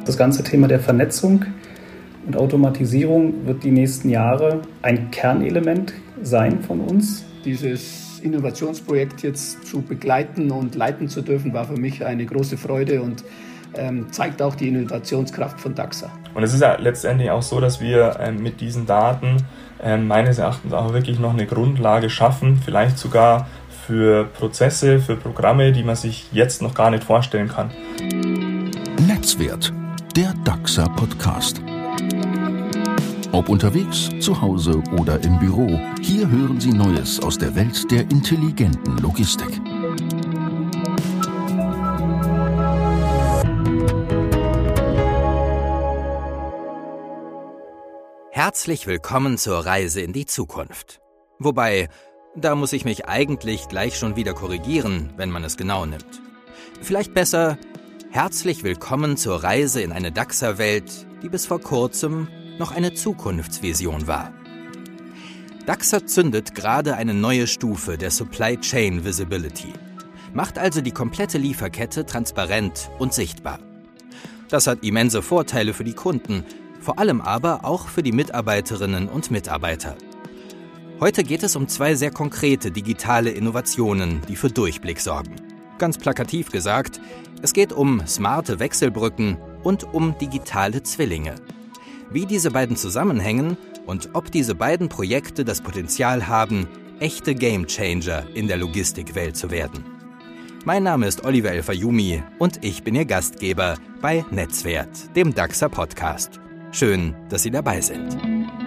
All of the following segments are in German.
Das ganze Thema der Vernetzung und Automatisierung wird die nächsten Jahre ein Kernelement sein von uns. Dieses Innovationsprojekt jetzt zu begleiten und leiten zu dürfen, war für mich eine große Freude und zeigt auch die Innovationskraft von DAXA. Und es ist ja letztendlich auch so, dass wir mit diesen Daten meines Erachtens auch wirklich noch eine Grundlage schaffen, vielleicht sogar für Prozesse, für Programme, die man sich jetzt noch gar nicht vorstellen kann. Netzwert, der DAXA Podcast. Ob unterwegs, zu Hause oder im Büro, hier hören Sie Neues aus der Welt der intelligenten Logistik. Herzlich willkommen zur Reise in die Zukunft. Wobei, da muss ich mich eigentlich gleich schon wieder korrigieren, wenn man es genau nimmt. Vielleicht besser, herzlich willkommen zur Reise in eine DAXA-Welt, die bis vor kurzem noch eine Zukunftsvision war. DAXA zündet gerade eine neue Stufe der Supply Chain Visibility, macht also die komplette Lieferkette transparent und sichtbar. Das hat immense Vorteile für die Kunden, vor allem aber auch für die Mitarbeiterinnen und Mitarbeiter. Heute geht es um zwei sehr konkrete digitale Innovationen, die für Durchblick sorgen. Ganz plakativ gesagt, es geht um smarte Wechselbrücken und um digitale Zwillinge. Wie diese beiden zusammenhängen und ob diese beiden Projekte das Potenzial haben, echte Gamechanger in der Logistikwelt zu werden. Mein Name ist Oliver El-Fayumi und ich bin Ihr Gastgeber bei Netzwert, dem DAXA Podcast. Schön, dass Sie dabei sind.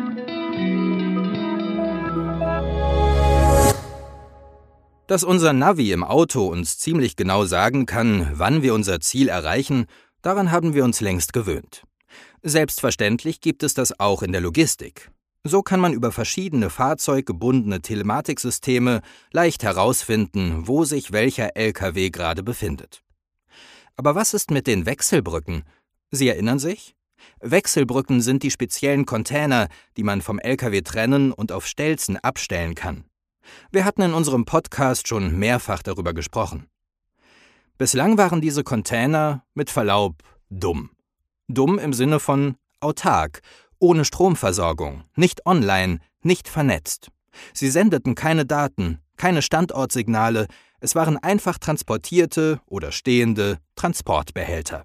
Dass unser Navi im Auto uns ziemlich genau sagen kann, wann wir unser Ziel erreichen, daran haben wir uns längst gewöhnt. Selbstverständlich gibt es das auch in der Logistik. So kann man über verschiedene fahrzeuggebundene Telematiksysteme leicht herausfinden, wo sich welcher LKW gerade befindet. Aber was ist mit den Wechselbrücken? Sie erinnern sich? Wechselbrücken sind die speziellen Container, die man vom LKW trennen und auf Stelzen abstellen kann. Wir hatten in unserem Podcast schon mehrfach darüber gesprochen. Bislang waren diese Container, mit Verlaub, dumm. Dumm im Sinne von autark, ohne Stromversorgung, nicht online, nicht vernetzt. Sie sendeten keine Daten, keine Standortsignale, es waren einfach transportierte oder stehende Transportbehälter.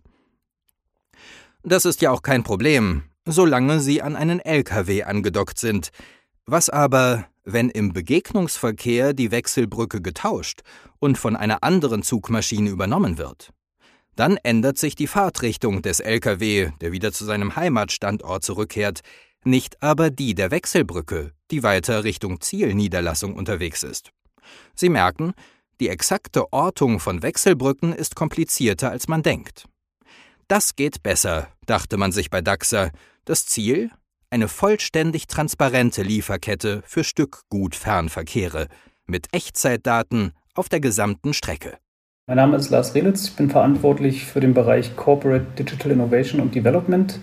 Das ist ja auch kein Problem, solange sie an einen LKW angedockt sind. Was aber, wenn im Begegnungsverkehr die Wechselbrücke getauscht und von einer anderen Zugmaschine übernommen wird? Dann ändert sich die Fahrtrichtung des LKW, der wieder zu seinem Heimatstandort zurückkehrt, nicht aber die der Wechselbrücke, die weiter Richtung Zielniederlassung unterwegs ist. Sie merken, die exakte Ortung von Wechselbrücken ist komplizierter, als man denkt. Das geht besser, dachte man sich bei DAXA. Das Ziel? Eine vollständig transparente Lieferkette für Stückgutfernverkehre mit Echtzeitdaten auf der gesamten Strecke. Mein Name ist Lars Rehlitz, ich bin verantwortlich für den Bereich Corporate Digital Innovation und Development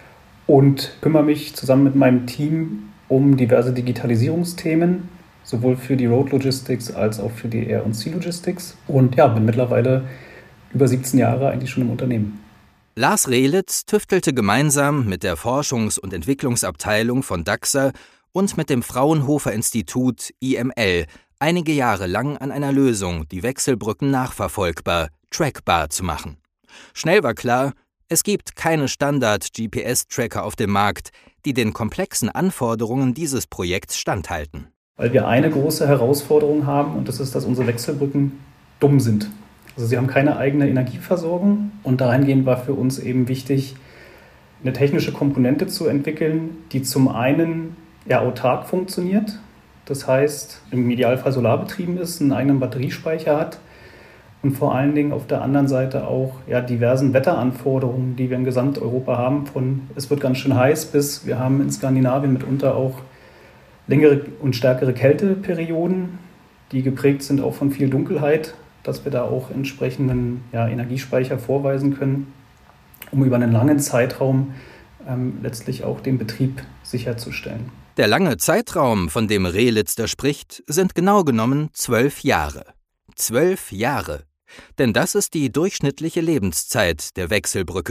und kümmere mich zusammen mit meinem Team um diverse Digitalisierungsthemen, sowohl für die Road Logistics als auch für die Air- und Sea Logistics und bin mittlerweile über 17 Jahre eigentlich schon im Unternehmen. Lars Rehlitz tüftelte gemeinsam mit der Forschungs- und Entwicklungsabteilung von DAXA und mit dem Fraunhofer Institut IML einige Jahre lang an einer Lösung, die Wechselbrücken nachverfolgbar, trackbar zu machen. Schnell war klar, es gibt keine Standard-GPS-Tracker auf dem Markt, die den komplexen Anforderungen dieses Projekts standhalten. Weil wir eine große Herausforderung haben und das ist, dass unsere Wechselbrücken dumm sind. Also sie haben keine eigene Energieversorgung und dahingehend war für uns eben wichtig, eine technische Komponente zu entwickeln, die zum einen autark funktioniert, das heißt im Idealfall solarbetrieben ist, einen eigenen Batteriespeicher hat und vor allen Dingen auf der anderen Seite auch diversen Wetteranforderungen, die wir in Gesamteuropa haben, von es wird ganz schön heiß bis wir haben in Skandinavien mitunter auch längere und stärkere Kälteperioden, die geprägt sind auch von viel Dunkelheit, dass wir da auch entsprechenden Energiespeicher vorweisen können, um über einen langen Zeitraum letztlich auch den Betrieb sicherzustellen. Der lange Zeitraum, von dem Rehlitz da spricht, sind genau genommen 12 Jahre. 12 Jahre. Denn das ist die durchschnittliche Lebenszeit der Wechselbrücke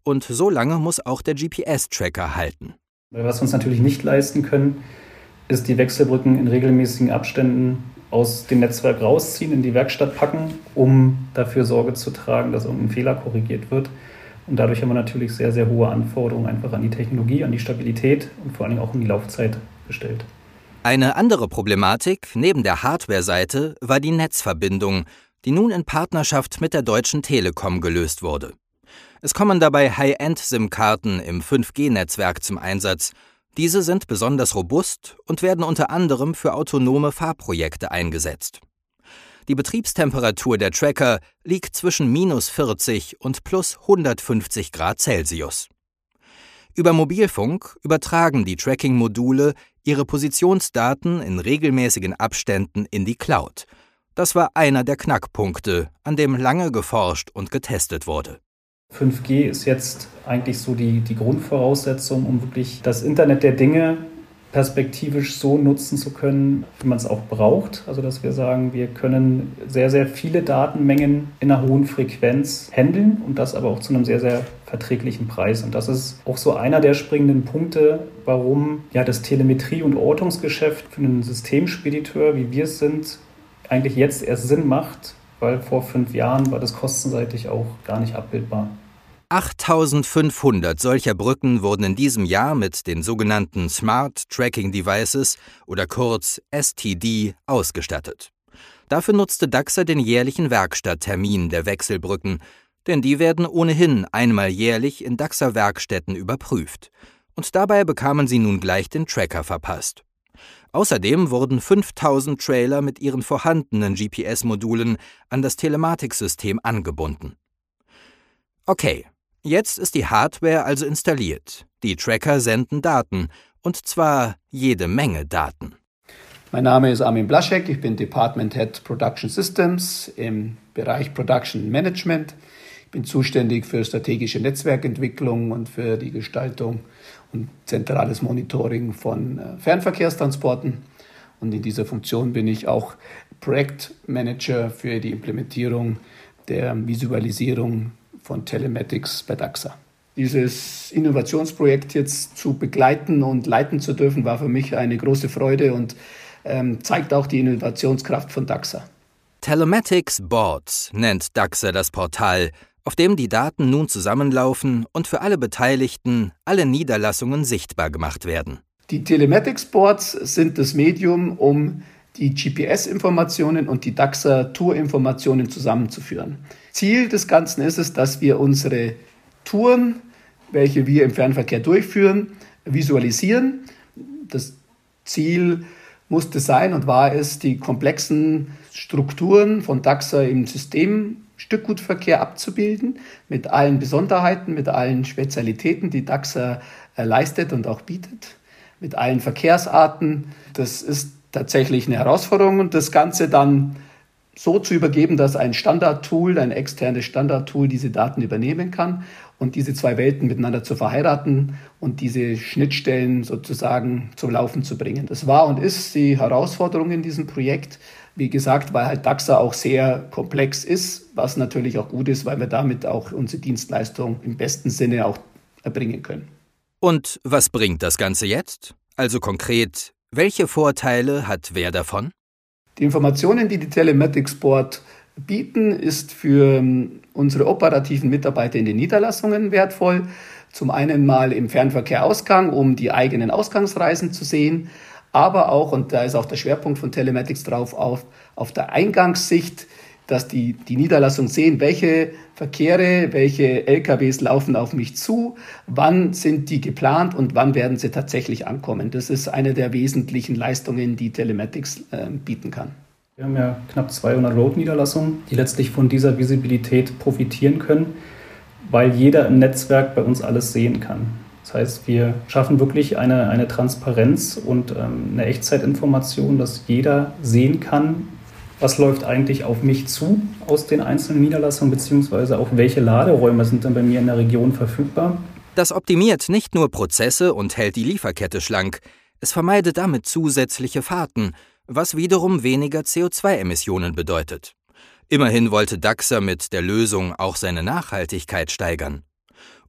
und so lange muss auch der GPS-Tracker halten. Was wir uns natürlich nicht leisten können, ist die Wechselbrücken in regelmäßigen Abständen aus dem Netzwerk rausziehen, in die Werkstatt packen, um dafür Sorge zu tragen, dass irgendein Fehler korrigiert wird. Und dadurch haben wir natürlich sehr, sehr hohe Anforderungen einfach an die Technologie, an die Stabilität und vor allem auch an die Laufzeit gestellt. Eine andere Problematik neben der Hardware-Seite war die Netzverbindung, die nun in Partnerschaft mit der Deutschen Telekom gelöst wurde. Es kommen dabei High-End-SIM-Karten im 5G-Netzwerk zum Einsatz. Diese sind besonders robust und werden unter anderem für autonome Fahrprojekte eingesetzt. Die Betriebstemperatur der Tracker liegt zwischen -40 und +150 Grad Celsius. Über Mobilfunk übertragen die Tracking-Module ihre Positionsdaten in regelmäßigen Abständen in die Cloud. Das war einer der Knackpunkte, an dem lange geforscht und getestet wurde. 5G ist jetzt eigentlich so die Grundvoraussetzung, um wirklich das Internet der Dinge perspektivisch so nutzen zu können, wie man es auch braucht. Also dass wir sagen, wir können sehr, sehr viele Datenmengen in einer hohen Frequenz handeln und das aber auch zu einem sehr, sehr verträglichen Preis. Und das ist auch so einer der springenden Punkte, warum ja das Telemetrie- und Ortungsgeschäft für einen Systemspediteur, wie wir es sind, eigentlich jetzt erst Sinn macht, weil vor 5 Jahren war das kostenseitig auch gar nicht abbildbar. 8500 solcher Brücken wurden in diesem Jahr mit den sogenannten Smart Tracking Devices oder kurz STD ausgestattet. Dafür nutzte Daxa den jährlichen Werkstatttermin der Wechselbrücken, denn die werden ohnehin einmal jährlich in Daxa-Werkstätten überprüft. Und dabei bekamen sie nun gleich den Tracker verpasst. Außerdem wurden 5000 Trailer mit ihren vorhandenen GPS-Modulen an das Telematiksystem angebunden. Okay, jetzt ist die Hardware also installiert. Die Tracker senden Daten, und zwar jede Menge Daten. Mein Name ist Armin Blaschek, ich bin Department Head Production Systems im Bereich Production Management. Ich bin zuständig für strategische Netzwerkentwicklung und für die Gestaltung und zentrales Monitoring von Fernverkehrstransporten. Und in dieser Funktion bin ich auch Projektmanager für die Implementierung der Visualisierung von Telematics bei Daxa. Dieses Innovationsprojekt jetzt zu begleiten und leiten zu dürfen, war für mich eine große Freude und zeigt auch die Innovationskraft von Daxa. Telematics Boards nennt Daxa das Portal, auf dem die Daten nun zusammenlaufen und für alle Beteiligten, alle Niederlassungen sichtbar gemacht werden. Die Telematics Boards sind das Medium, um die GPS-Informationen und die Daxa-Tour-Informationen zusammenzuführen. Ziel des Ganzen ist es, dass wir unsere Touren, welche wir im Fernverkehr durchführen, visualisieren. Das Ziel musste sein und war es, die komplexen Strukturen von Daxa im Systemstückgutverkehr abzubilden, mit allen Besonderheiten, mit allen Spezialitäten, die Daxa leistet und auch bietet, mit allen Verkehrsarten. Das ist tatsächlich eine Herausforderung und das Ganze dann so zu übergeben, dass ein Standardtool, ein externes Standardtool diese Daten übernehmen kann und diese zwei Welten miteinander zu verheiraten und diese Schnittstellen sozusagen zum Laufen zu bringen. Das war und ist die Herausforderung in diesem Projekt. Wie gesagt, weil halt Daxa auch sehr komplex ist, was natürlich auch gut ist, weil wir damit auch unsere Dienstleistung im besten Sinne auch erbringen können. Und was bringt das Ganze jetzt? Also konkret, welche Vorteile hat wer davon? Die Informationen, die die Telematics Board bieten, ist für unsere operativen Mitarbeiter in den Niederlassungen wertvoll. Zum einen mal im Fernverkehrausgang, um die eigenen Ausgangsreisen zu sehen, aber auch, und da ist auch der Schwerpunkt von Telematics drauf, auf der Eingangssicht, dass die Niederlassungen sehen, welche Verkehre, welche LKWs laufen auf mich zu, wann sind die geplant und wann werden sie tatsächlich ankommen. Das ist eine der wesentlichen Leistungen, die Telematics bieten kann. Wir haben ja knapp 200 Road-Niederlassungen, die letztlich von dieser Visibilität profitieren können, weil jeder im Netzwerk bei uns alles sehen kann. Das heißt, wir schaffen wirklich eine Transparenz und eine Echtzeitinformation, dass jeder sehen kann, was läuft eigentlich auf mich zu aus den einzelnen Niederlassungen, beziehungsweise auch welche Laderäume sind dann bei mir in der Region verfügbar. Das optimiert nicht nur Prozesse und hält die Lieferkette schlank, es vermeidet damit zusätzliche Fahrten, was wiederum weniger CO2-Emissionen bedeutet. Immerhin wollte Daxa mit der Lösung auch seine Nachhaltigkeit steigern.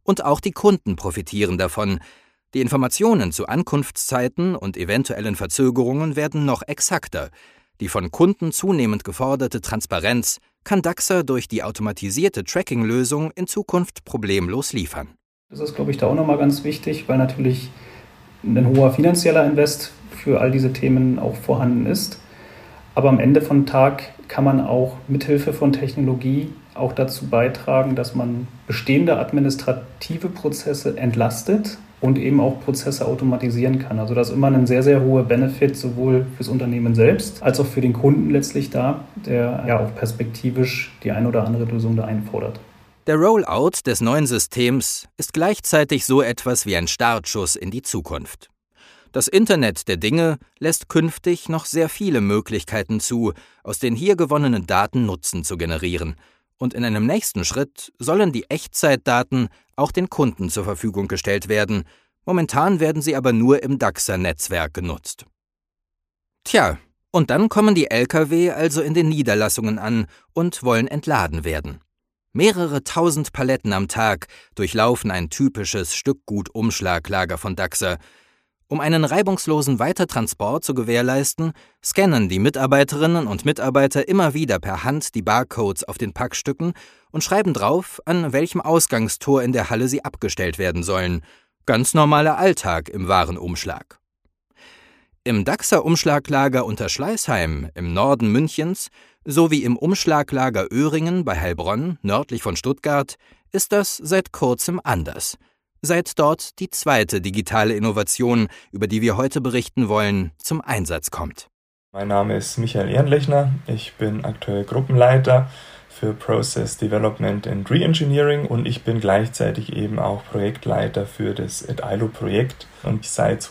Und auch die Kunden profitieren davon. Die Informationen zu Ankunftszeiten und eventuellen Verzögerungen werden noch exakter. Die von Kunden zunehmend geforderte Transparenz kann DAXA durch die automatisierte Tracking-Lösung in Zukunft problemlos liefern. Das ist, glaube ich, da auch nochmal ganz wichtig, weil natürlich ein hoher finanzieller Invest für all diese Themen auch vorhanden ist. Aber am Ende vom Tag kann man auch mithilfe von Technologie auch dazu beitragen, dass man bestehende administrative Prozesse entlastet und eben auch Prozesse automatisieren kann. Also da ist immer ein sehr, sehr hoher Benefit sowohl fürs Unternehmen selbst als auch für den Kunden letztlich da, der ja auch perspektivisch die ein oder andere Lösung da einfordert. Der Rollout des neuen Systems ist gleichzeitig so etwas wie ein Startschuss in die Zukunft. Das Internet der Dinge lässt künftig noch sehr viele Möglichkeiten zu, aus den hier gewonnenen Daten Nutzen zu generieren. Und in einem nächsten Schritt sollen die Echtzeitdaten auch den Kunden zur Verfügung gestellt werden. Momentan werden sie aber nur im DAXA-Netzwerk genutzt. Tja, und dann kommen die Lkw also in den Niederlassungen an und wollen entladen werden. Mehrere tausend Paletten am Tag durchlaufen ein typisches Stückgut-Umschlaglager von DAXA. Um einen reibungslosen Weitertransport zu gewährleisten, scannen die Mitarbeiterinnen und Mitarbeiter immer wieder per Hand die Barcodes auf den Packstücken und schreiben drauf, an welchem Ausgangstor in der Halle sie abgestellt werden sollen. Ganz normaler Alltag im Warenumschlag. Im DAXA-Umschlaglager Unterschleißheim im Norden Münchens sowie im Umschlaglager Öhringen bei Heilbronn, nördlich von Stuttgart, ist das seit kurzem anders. Seit dort die zweite digitale Innovation, über die wir heute berichten wollen, zum Einsatz kommt. Mein Name ist Michael Ehrenlechner. Ich bin aktuell Gruppenleiter für Process Development and Reengineering und ich bin gleichzeitig eben auch Projektleiter für das @ILO-Projekt und seit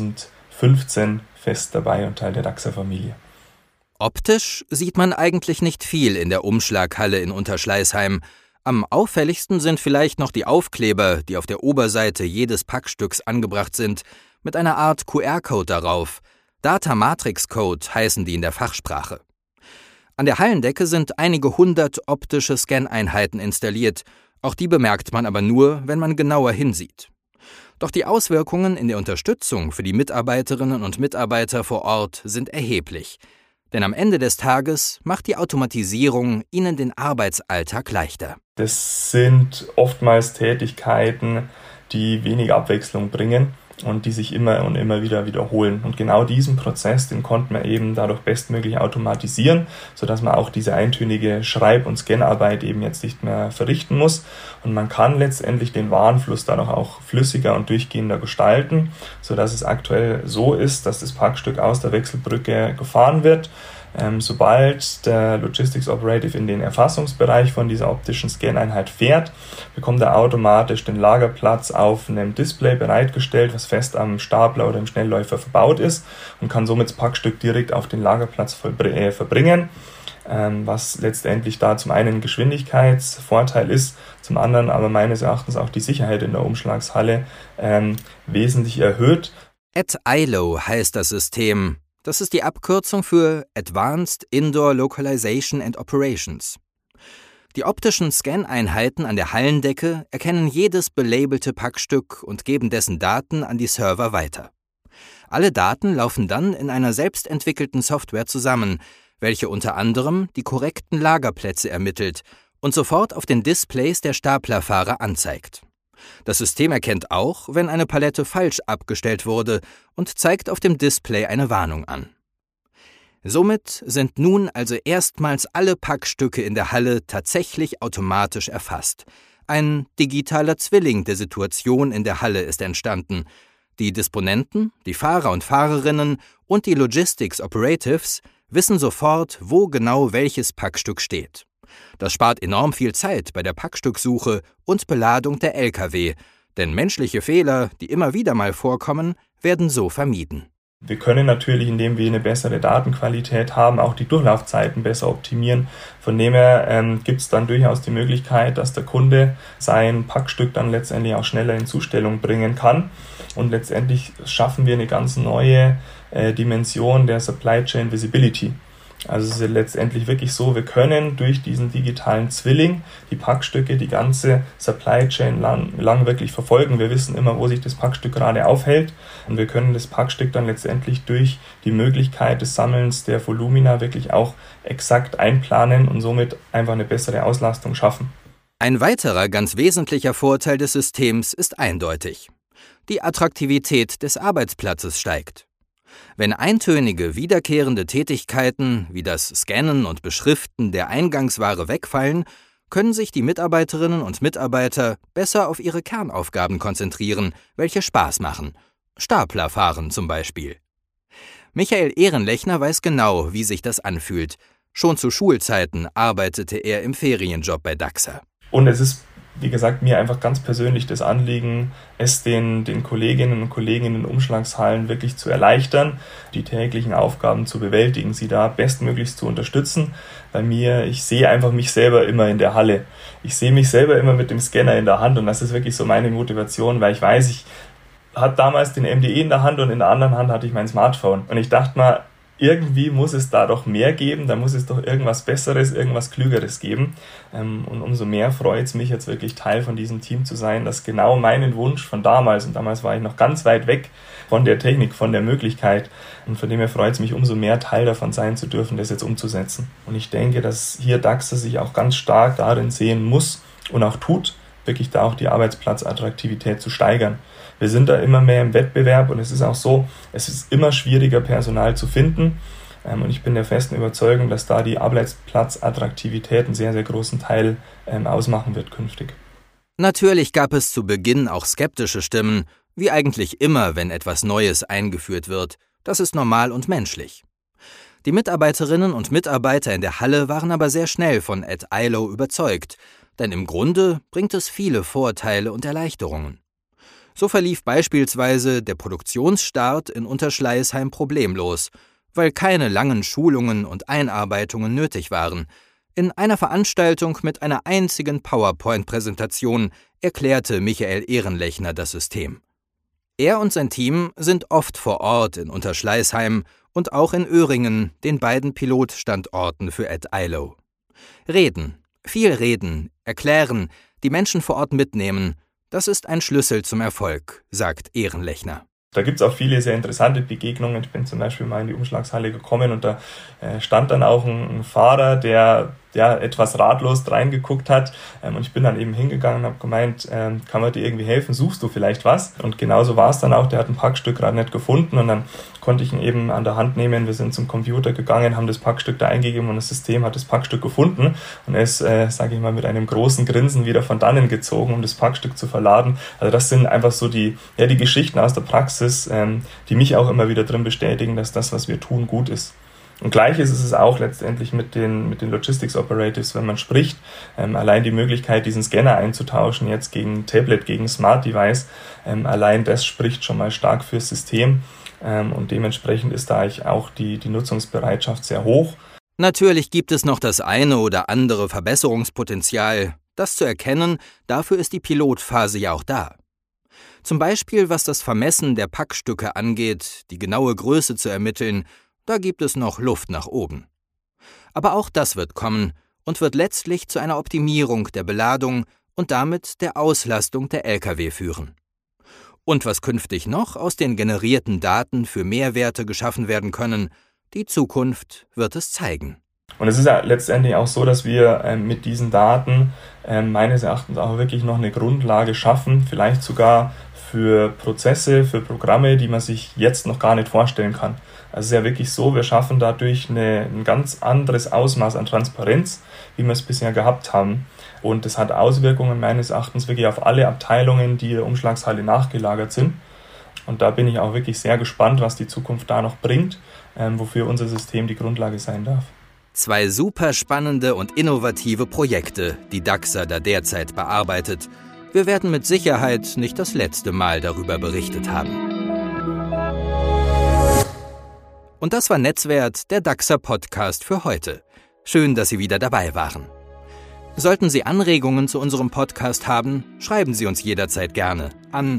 2015 fest dabei und Teil der DAXA-Familie. Optisch sieht man eigentlich nicht viel in der Umschlaghalle in Unterschleißheim. Am auffälligsten sind vielleicht noch die Aufkleber, die auf der Oberseite jedes Packstücks angebracht sind, mit einer Art QR-Code darauf. Data-Matrix-Code heißen die in der Fachsprache. An der Hallendecke sind einige hundert optische Scan-Einheiten installiert. Auch die bemerkt man aber nur, wenn man genauer hinsieht. Doch die Auswirkungen in der Unterstützung für die Mitarbeiterinnen und Mitarbeiter vor Ort sind erheblich. Denn am Ende des Tages macht die Automatisierung ihnen den Arbeitsalltag leichter. Das sind oftmals Tätigkeiten, die wenig Abwechslung bringen und die sich immer und immer wieder wiederholen. Und genau diesen Prozess, den konnte man eben dadurch bestmöglich automatisieren, sodass man auch diese eintönige Schreib- und Scanarbeit eben jetzt nicht mehr verrichten muss. Und man kann letztendlich den Warenfluss dadurch auch flüssiger und durchgehender gestalten, sodass es aktuell so ist, dass das Packstück aus der Wechselbrücke gefahren wird. Sobald der Logistics Operative in den Erfassungsbereich von dieser optischen Scan-Einheit fährt, bekommt er automatisch den Lagerplatz auf einem Display bereitgestellt, was fest am Stapler oder im Schnellläufer verbaut ist und kann somit das Packstück direkt auf den Lagerplatz verbringen, was letztendlich da zum einen ein Geschwindigkeitsvorteil ist, zum anderen aber meines Erachtens auch die Sicherheit in der Umschlagshalle wesentlich erhöht. @ILO heißt das System. Das ist die Abkürzung für Advanced Indoor Localization and Operations. Die optischen Scan-Einheiten an der Hallendecke erkennen jedes belabelte Packstück und geben dessen Daten an die Server weiter. Alle Daten laufen dann in einer selbstentwickelten Software zusammen, welche unter anderem die korrekten Lagerplätze ermittelt und sofort auf den Displays der Staplerfahrer anzeigt. Das System erkennt auch, wenn eine Palette falsch abgestellt wurde und zeigt auf dem Display eine Warnung an. Somit sind nun also erstmals alle Packstücke in der Halle tatsächlich automatisch erfasst. Ein digitaler Zwilling der Situation in der Halle ist entstanden. Die Disponenten, die Fahrer und Fahrerinnen und die Logistics Operatives wissen sofort, wo genau welches Packstück steht. Das spart enorm viel Zeit bei der Packstücksuche und Beladung der Lkw, denn menschliche Fehler, die immer wieder mal vorkommen, werden so vermieden. Wir können natürlich, indem wir eine bessere Datenqualität haben, auch die Durchlaufzeiten besser optimieren. Von dem her gibt es dann durchaus die Möglichkeit, dass der Kunde sein Packstück dann letztendlich auch schneller in Zustellung bringen kann. Und letztendlich schaffen wir eine ganz neue Dimension der Supply Chain Visibility. Also es ist letztendlich wirklich so, wir können durch diesen digitalen Zwilling die Packstücke, die ganze Supply Chain lang wirklich verfolgen. Wir wissen immer, wo sich das Packstück gerade aufhält und wir können das Packstück dann letztendlich durch die Möglichkeit des Sammelns der Volumina wirklich auch exakt einplanen und somit einfach eine bessere Auslastung schaffen. Ein weiterer ganz wesentlicher Vorteil des Systems ist eindeutig. Die Attraktivität des Arbeitsplatzes steigt. Wenn eintönige, wiederkehrende Tätigkeiten wie das Scannen und Beschriften der Eingangsware wegfallen, können sich die Mitarbeiterinnen und Mitarbeiter besser auf ihre Kernaufgaben konzentrieren, welche Spaß machen. Stapler fahren zum Beispiel. Michael Ehrenlechner weiß genau, wie sich das anfühlt. Schon zu Schulzeiten arbeitete er im Ferienjob bei DAXA. Und es ist, wie gesagt, mir einfach ganz persönlich das Anliegen, es den Kolleginnen und Kollegen in den Umschlagshallen wirklich zu erleichtern, die täglichen Aufgaben zu bewältigen, sie da bestmöglichst zu unterstützen. Bei mir, ich sehe einfach mich selber immer in der Halle. Ich sehe mich selber immer mit dem Scanner in der Hand und das ist wirklich so meine Motivation, weil ich weiß, ich hatte damals den MDE in der Hand und in der anderen Hand hatte ich mein Smartphone. Und ich dachte mal, irgendwie muss es da doch mehr geben, da muss es doch irgendwas Besseres, irgendwas Klügeres geben. Und umso mehr freut es mich jetzt wirklich Teil von diesem Team zu sein, dass genau meinen Wunsch von damals, und damals war ich noch ganz weit weg von der Technik, von der Möglichkeit, und von dem her freut es mich umso mehr Teil davon sein zu dürfen, das jetzt umzusetzen. Und ich denke, dass hier DAXA sich auch ganz stark darin sehen muss und auch tut, wirklich da auch die Arbeitsplatzattraktivität zu steigern. Wir sind da immer mehr im Wettbewerb und es ist auch so, es ist immer schwieriger, Personal zu finden. Und ich bin der festen Überzeugung, dass da die Arbeitsplatzattraktivität einen sehr, sehr großen Teil ausmachen wird künftig. Natürlich gab es zu Beginn auch skeptische Stimmen, wie eigentlich immer, wenn etwas Neues eingeführt wird. Das ist normal und menschlich. Die Mitarbeiterinnen und Mitarbeiter in der Halle waren aber sehr schnell von @ilo überzeugt, denn im Grunde bringt es viele Vorteile und Erleichterungen. So verlief beispielsweise der Produktionsstart in Unterschleißheim problemlos, weil keine langen Schulungen und Einarbeitungen nötig waren. In einer Veranstaltung mit einer einzigen PowerPoint-Präsentation erklärte Michael Ehrenlechner das System. Er und sein Team sind oft vor Ort in Unterschleißheim und auch in Öhringen, den beiden Pilotstandorten für @ilo. Reden, viel reden, erklären, die Menschen vor Ort mitnehmen, das ist ein Schlüssel zum Erfolg, sagt Ehrenlechner. Da gibt es auch viele sehr interessante Begegnungen. Ich bin zum Beispiel mal in die Umschlagshalle gekommen und da stand dann auch ein Fahrer, der etwas ratlos reingeguckt hat. Und ich bin dann eben hingegangen und habe gemeint, kann man dir irgendwie helfen? Suchst du vielleicht was? Und genauso war es dann auch. Der hat ein Packstück gerade nicht gefunden und dann konnte ich ihn eben an der Hand nehmen. Wir sind zum Computer gegangen, haben das Packstück da eingegeben und das System hat das Packstück gefunden. Und er ist, sage ich mal, mit einem großen Grinsen wieder von dannen gezogen, um das Packstück zu verladen. Also das sind einfach so die Geschichten aus der Praxis, die mich auch immer wieder drin bestätigen, dass das, was wir tun, gut ist. Und gleiches ist es auch letztendlich mit den Logistics Operatives, wenn man spricht. Allein die Möglichkeit, diesen Scanner einzutauschen, jetzt gegen Tablet, gegen Smart Device, allein das spricht schon mal stark fürs System. Und dementsprechend ist da auch die Nutzungsbereitschaft sehr hoch. Natürlich gibt es noch das eine oder andere Verbesserungspotenzial. Das zu erkennen, dafür ist die Pilotphase ja auch da. Zum Beispiel, was das Vermessen der Packstücke angeht, die genaue Größe zu ermitteln, da gibt es noch Luft nach oben. Aber auch das wird kommen und wird letztlich zu einer Optimierung der Beladung und damit der Auslastung der Lkw führen. Und was künftig noch aus den generierten Daten für Mehrwerte geschaffen werden können, die Zukunft wird es zeigen. Und es ist ja letztendlich auch so, dass wir mit diesen Daten meines Erachtens auch wirklich noch eine Grundlage schaffen, vielleicht sogar für Prozesse, für Programme, die man sich jetzt noch gar nicht vorstellen kann. Also es ist ja wirklich so, wir schaffen dadurch ein ganz anderes Ausmaß an Transparenz, wie wir es bisher gehabt haben. Und das hat Auswirkungen meines Erachtens wirklich auf alle Abteilungen, die der Umschlagshalle nachgelagert sind. Und da bin ich auch wirklich sehr gespannt, was die Zukunft da noch bringt, wofür unser System die Grundlage sein darf. 2 super spannende und innovative Projekte, die DAXA da derzeit bearbeitet. Wir werden mit Sicherheit nicht das letzte Mal darüber berichtet haben. Und das war Netzwert, der DAXA-Podcast für heute. Schön, dass Sie wieder dabei waren. Sollten Sie Anregungen zu unserem Podcast haben, schreiben Sie uns jederzeit gerne an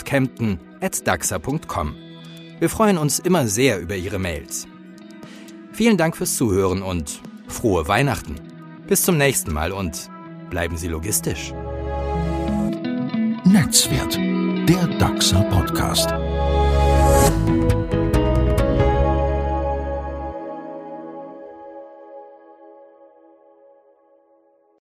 podcast.kempten@daxa.com. Wir freuen uns immer sehr über Ihre Mails. Vielen Dank fürs Zuhören und frohe Weihnachten. Bis zum nächsten Mal und bleiben Sie logistisch. Netzwert, der DAXA Podcast.